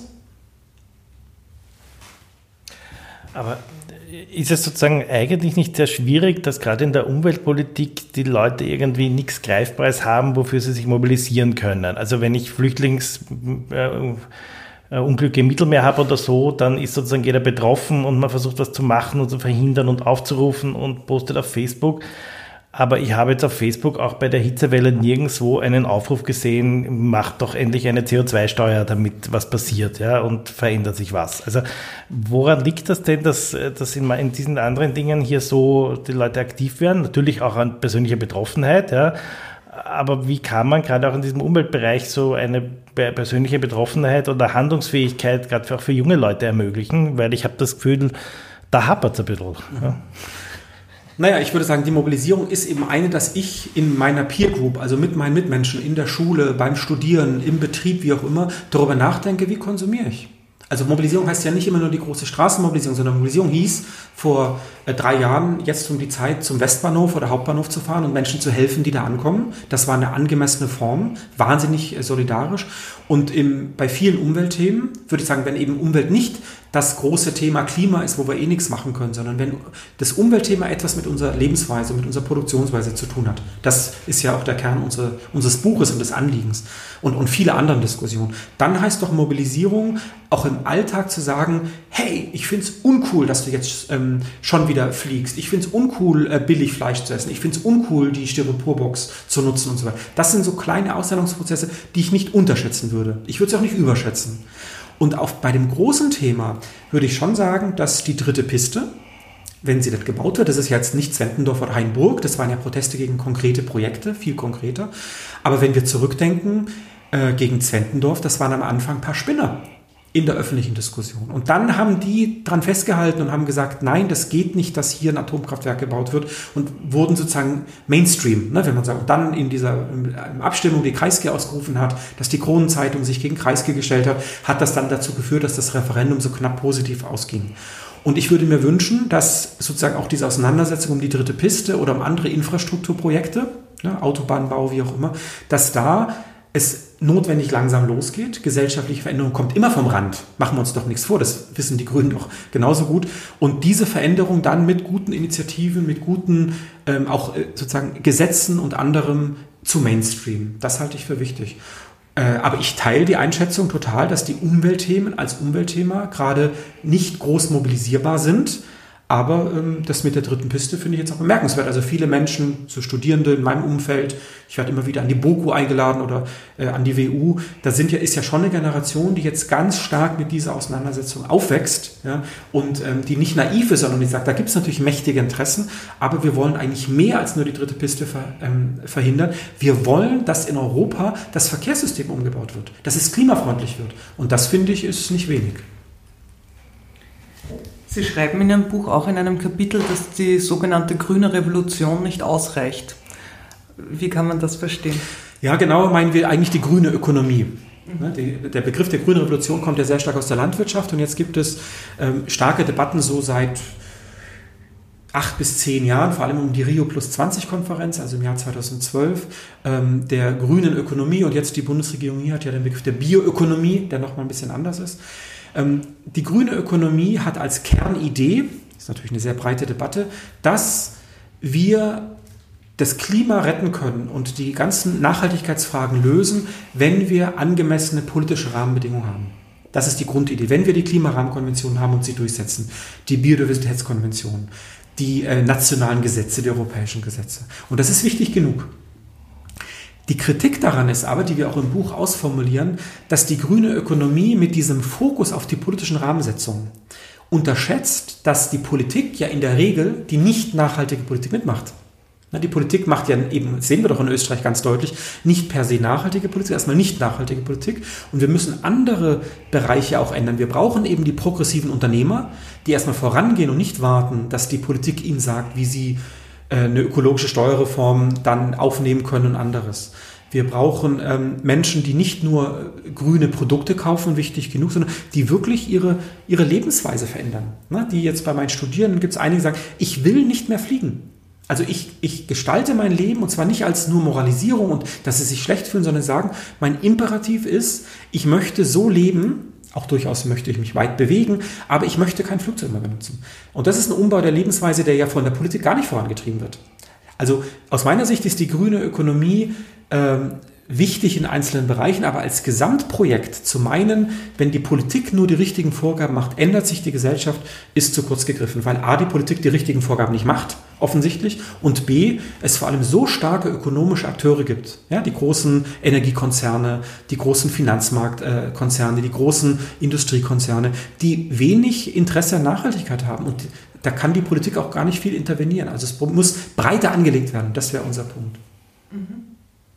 Aber ist es sozusagen eigentlich nicht sehr schwierig, dass gerade in der Umweltpolitik die Leute irgendwie nichts Greifbares haben, wofür sie sich mobilisieren können? Also wenn ich Flüchtlingsunglücke äh, im Mittelmeer habe oder so, dann ist sozusagen jeder betroffen und man versucht was zu machen und zu verhindern und aufzurufen und postet auf Facebook. Aber ich habe jetzt auf Facebook auch bei der Hitzewelle nirgendwo einen Aufruf gesehen, macht doch endlich eine C O zwei Steuer, damit was passiert, ja, und verändert sich was. Also woran liegt das denn, dass, dass in, in diesen anderen Dingen hier so die Leute aktiv werden? Natürlich auch an persönlicher Betroffenheit, ja. Aber wie kann man gerade auch in diesem Umweltbereich so eine persönliche Betroffenheit oder Handlungsfähigkeit gerade auch für junge Leute ermöglichen? Weil ich habe das Gefühl, da hapert es ein bisschen. Ja. Naja, ich würde sagen, die Mobilisierung ist eben eine, dass ich in meiner Peer Group, also mit meinen Mitmenschen in der Schule, beim Studieren, im Betrieb, wie auch immer, darüber nachdenke, wie konsumiere ich. Also Mobilisierung heißt ja nicht immer nur die große Straßenmobilisierung, sondern Mobilisierung hieß vor äh, drei Jahren jetzt um die Zeit zum Westbahnhof oder Hauptbahnhof zu fahren und Menschen zu helfen, die da ankommen. Das war eine angemessene Form, wahnsinnig äh, solidarisch. Und im, bei vielen Umweltthemen würde ich sagen, wenn eben Umwelt nicht das große Thema Klima ist, wo wir eh nichts machen können, sondern wenn das Umweltthema etwas mit unserer Lebensweise, mit unserer Produktionsweise zu tun hat. Das ist ja auch der Kern unserer, unseres Buches und des Anliegens und, und viele anderen Diskussionen. Dann heißt doch Mobilisierung, auch im Alltag zu sagen, hey, ich finde es uncool, dass du jetzt ähm, schon wieder fliegst. Ich finde es uncool, äh, billig Fleisch zu essen. Ich finde es uncool, die Styroporbox zu nutzen und so weiter. Das sind so kleine Ausstellungsprozesse, die ich nicht unterschätzen würde. Ich würde es auch nicht überschätzen. Und auch bei dem großen Thema würde ich schon sagen, dass die dritte Piste, wenn sie das gebaut wird, das ist ja jetzt nicht Zwentendorf oder Hainburg, das waren ja Proteste gegen konkrete Projekte, viel konkreter. Aber wenn wir zurückdenken äh, gegen Zwentendorf, das waren am Anfang ein paar Spinner in der öffentlichen Diskussion. Und dann haben die dran festgehalten und haben gesagt, nein, das geht nicht, dass hier ein Atomkraftwerk gebaut wird und wurden sozusagen Mainstream, ne, wenn man sagt. Und dann in dieser Abstimmung, die Kreisky ausgerufen hat, dass die Kronenzeitung sich gegen Kreisky gestellt hat, hat das dann dazu geführt, dass das Referendum so knapp positiv ausging. Und ich würde mir wünschen, dass sozusagen auch diese Auseinandersetzung um die dritte Piste oder um andere Infrastrukturprojekte, ne, Autobahnbau, wie auch immer, dass da es notwendig langsam losgeht. Gesellschaftliche Veränderung kommt immer vom Rand. Machen wir uns doch nichts vor, das wissen die Grünen doch genauso gut. Und diese Veränderung dann mit guten Initiativen, mit guten ähm, auch äh, sozusagen Gesetzen und anderem zu Mainstream. Das halte ich für wichtig. Äh, aber ich teile die Einschätzung total, dass die Umweltthemen als Umweltthema gerade nicht groß mobilisierbar sind. Aber ähm, das mit der dritten Piste finde ich jetzt auch bemerkenswert. Also viele Menschen, so Studierende in meinem Umfeld, ich werde immer wieder an die BOKU eingeladen oder äh, an die W U, da sind ja, ist ja schon eine Generation, die jetzt ganz stark mit dieser Auseinandersetzung aufwächst, ja, und ähm, die nicht naiv ist, sondern die sagt, da gibt es natürlich mächtige Interessen, aber wir wollen eigentlich mehr als nur die dritte Piste ver, ähm, verhindern. Wir wollen, dass in Europa das Verkehrssystem umgebaut wird, dass es klimafreundlich wird. Und das, finde ich, ist nicht wenig. Sie schreiben in Ihrem Buch auch in einem Kapitel, dass die sogenannte grüne Revolution nicht ausreicht. Wie kann man das verstehen? Ja, genauer meinen wir eigentlich die grüne Ökonomie. Mhm. Der Begriff der grünen Revolution kommt ja sehr stark aus der Landwirtschaft und jetzt gibt es ähm, starke Debatten so seit acht bis zehn Jahren, vor allem um die Rio Plus zwanzig Konferenz, also im Jahr zweitausendzwölf, ähm, der grünen Ökonomie, und jetzt die Bundesregierung hier hat ja den Begriff der Bioökonomie, der nochmal ein bisschen anders ist. Die grüne Ökonomie hat als Kernidee, das ist natürlich eine sehr breite Debatte, dass wir das Klima retten können und die ganzen Nachhaltigkeitsfragen lösen, wenn wir angemessene politische Rahmenbedingungen haben. Das ist die Grundidee. Wenn wir die Klimarahmenkonvention haben und sie durchsetzen, die Biodiversitätskonvention, die äh, nationalen Gesetze, die europäischen Gesetze. Und das ist wichtig genug. Die Kritik daran ist aber, die wir auch im Buch ausformulieren, dass die grüne Ökonomie mit diesem Fokus auf die politischen Rahmensetzungen unterschätzt, dass die Politik ja in der Regel die nicht nachhaltige Politik mitmacht. Die Politik macht ja eben, das sehen wir doch in Österreich ganz deutlich, nicht per se nachhaltige Politik, erstmal nicht nachhaltige Politik. Und wir müssen andere Bereiche auch ändern. Wir brauchen eben die progressiven Unternehmer, die erstmal vorangehen und nicht warten, dass die Politik ihnen sagt, wie sie eine ökologische Steuerreform dann aufnehmen können und anderes. Wir brauchen ähm, Menschen, die nicht nur grüne Produkte kaufen, wichtig genug, sondern die wirklich ihre, ihre Lebensweise verändern. Ne? Die jetzt bei meinen Studierenden gibt es einige, die sagen, ich will nicht mehr fliegen. Also ich, ich gestalte mein Leben, und zwar nicht als nur Moralisierung und dass sie sich schlecht fühlen, sondern sagen, mein Imperativ ist, ich möchte so leben, auch durchaus möchte ich mich weit bewegen, aber ich möchte kein Flugzeug mehr benutzen. Und das ist ein Umbau der Lebensweise, der ja von der Politik gar nicht vorangetrieben wird. Also aus meiner Sicht ist die grüne Ökonomie ähm, wichtig in einzelnen Bereichen, aber als Gesamtprojekt zu meinen, wenn die Politik nur die richtigen Vorgaben macht, ändert sich die Gesellschaft, ist zu kurz gegriffen, weil a, die Politik die richtigen Vorgaben nicht macht, offensichtlich, und b, es vor allem so starke ökonomische Akteure gibt, ja, die großen Energiekonzerne, die großen Finanzmarktkonzerne, die großen Industriekonzerne, die wenig Interesse an Nachhaltigkeit haben, und da kann die Politik auch gar nicht viel intervenieren. Also es muss breiter angelegt werden, das wäre unser Punkt. Mhm.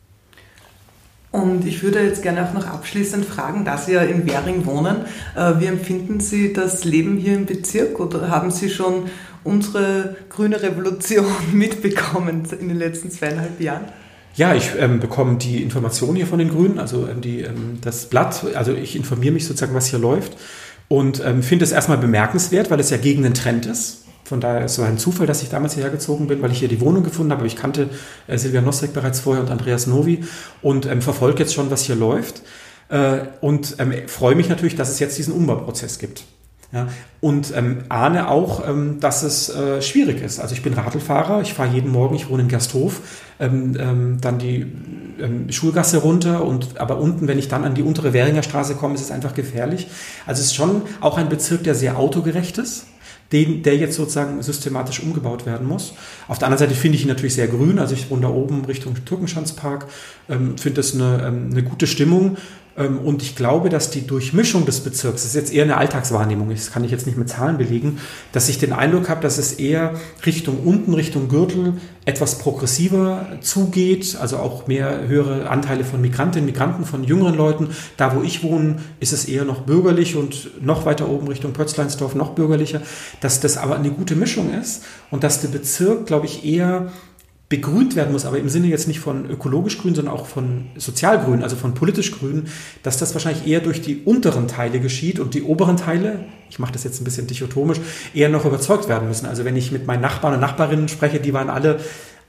Und ich würde jetzt gerne auch noch abschließend fragen, da Sie ja in Währing wohnen, wie empfinden Sie das Leben hier im Bezirk, oder haben Sie schon unsere grüne Revolution mitbekommen in den letzten zweieinhalb Jahren? Ja, ich ähm, bekomme die Informationen hier von den Grünen, also ähm, die, ähm, das Blatt, also ich informiere mich sozusagen, was hier läuft, und ähm, finde es erstmal bemerkenswert, weil es ja gegen den Trend ist. Von daher ist es so ein Zufall, dass ich damals hierher gezogen bin, weil ich hier die Wohnung gefunden habe. Ich kannte äh, Silvia Nosek bereits vorher und Andreas Novi und ähm, verfolge jetzt schon, was hier läuft. Äh, und ähm, freue mich natürlich, dass es jetzt diesen Umbauprozess gibt. Ja, und ähm, ahne auch, ähm, dass es äh, schwierig ist. Also ich bin Radlfahrer, ich fahre jeden Morgen, ich wohne in Gersthof, ähm, ähm, dann die ähm, Schulgasse runter, und aber unten, wenn ich dann an die untere Währinger Straße komme, ist es einfach gefährlich. Also es ist schon auch ein Bezirk, der sehr autogerecht ist, den, der jetzt sozusagen systematisch umgebaut werden muss. Auf der anderen Seite finde ich ihn natürlich sehr grün, also ich wohne da oben Richtung Türkenschanzpark, ähm, finde das eine, ähm, eine gute Stimmung. Und ich glaube, dass die Durchmischung des Bezirks, das ist jetzt eher eine Alltagswahrnehmung, das kann ich jetzt nicht mit Zahlen belegen, dass ich den Eindruck habe, dass es eher Richtung unten, Richtung Gürtel etwas progressiver zugeht, also auch mehr höhere Anteile von Migrantinnen, Migranten, von jüngeren Leuten. Da, wo ich wohne, ist es eher noch bürgerlich, und noch weiter oben Richtung Pötzleinsdorf noch bürgerlicher, dass das aber eine gute Mischung ist und dass der Bezirk, glaube ich, eher begrünt werden muss, aber im Sinne jetzt nicht von ökologisch grün, sondern auch von sozialgrün, also von politisch grün, dass das wahrscheinlich eher durch die unteren Teile geschieht und die oberen Teile, ich mache das jetzt ein bisschen dichotomisch, eher noch überzeugt werden müssen. Also wenn ich mit meinen Nachbarn und Nachbarinnen spreche, die waren alle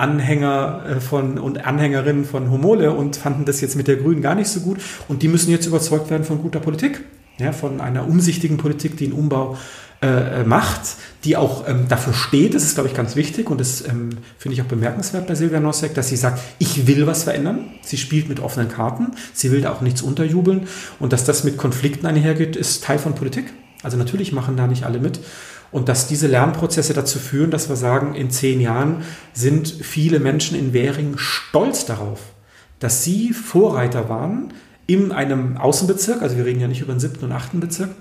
Anhänger von und Anhängerinnen von Homole und fanden das jetzt mit der Grünen gar nicht so gut, und die müssen jetzt überzeugt werden von guter Politik, ja, von einer umsichtigen Politik, die einen Umbau äh, macht, die auch ähm, dafür steht. Das ist, glaube ich, ganz wichtig, und das ähm, finde ich auch bemerkenswert bei Silvia Nosek, dass sie sagt, ich will was verändern. Sie spielt mit offenen Karten, sie will da auch nichts unterjubeln, und dass das mit Konflikten einhergeht, ist Teil von Politik. Also natürlich machen da nicht alle mit. Und dass diese Lernprozesse dazu führen, dass wir sagen, in zehn Jahren sind viele Menschen in Währing stolz darauf, dass sie Vorreiter waren in einem Außenbezirk, also wir reden ja nicht über den siebten und achten Bezirk,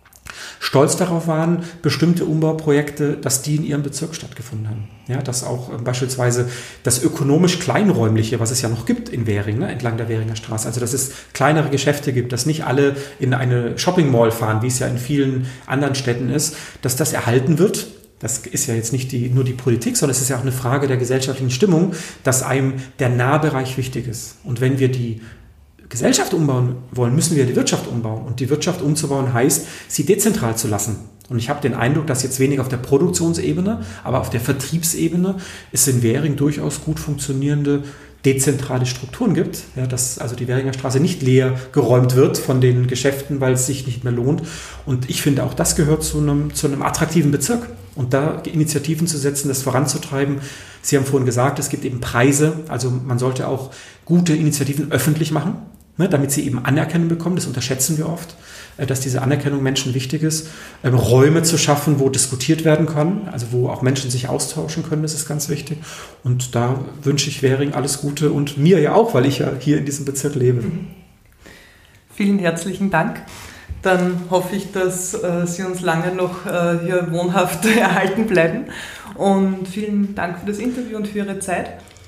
stolz darauf waren, bestimmte Umbauprojekte, dass die in ihrem Bezirk stattgefunden haben. Ja, dass auch äh, beispielsweise das ökonomisch Kleinräumliche, was es ja noch gibt in Währing, ne, entlang der Währinger Straße, also dass es kleinere Geschäfte gibt, dass nicht alle in eine Shopping Mall fahren, wie es ja in vielen anderen Städten ist, dass das erhalten wird. Das ist ja jetzt nicht die, nur die Politik, sondern es ist ja auch eine Frage der gesellschaftlichen Stimmung, dass einem der Nahbereich wichtig ist. Und wenn wir die Gesellschaft umbauen wollen, müssen wir die Wirtschaft umbauen. Und die Wirtschaft umzubauen heißt, sie dezentral zu lassen. Und ich habe den Eindruck, dass jetzt weniger auf der Produktionsebene, aber auf der Vertriebsebene es in Währing durchaus gut funktionierende dezentrale Strukturen gibt, ja, dass also die Währinger Straße nicht leer geräumt wird von den Geschäften, weil es sich nicht mehr lohnt. Und ich finde, auch das gehört zu einem, zu einem attraktiven Bezirk. Und da Initiativen zu setzen, das voranzutreiben. Sie haben vorhin gesagt, es gibt eben Preise, also man sollte auch gute Initiativen öffentlich machen, ne, damit sie eben Anerkennung bekommen. Das unterschätzen wir oft, dass diese Anerkennung Menschen wichtig ist. Ähm, Räume zu schaffen, wo diskutiert werden kann, also wo auch Menschen sich austauschen können, das ist ganz wichtig. Und da wünsche ich Währing alles Gute und mir ja auch, weil ich ja hier in diesem Bezirk lebe. Mhm. Vielen herzlichen Dank. Dann hoffe ich, dass äh, Sie uns lange noch äh, hier wohnhaft erhalten bleiben. Und vielen Dank für das Interview und für Ihre Zeit.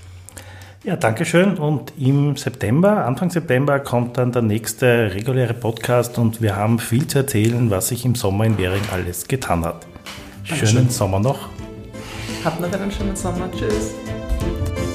Ja, danke schön. Und im September, Anfang September, kommt dann der nächste reguläre Podcast, und wir haben viel zu erzählen, was sich im Sommer in Währing alles getan hat. Schönen Sommer noch. Habt noch einen schönen Sommer. Tschüss.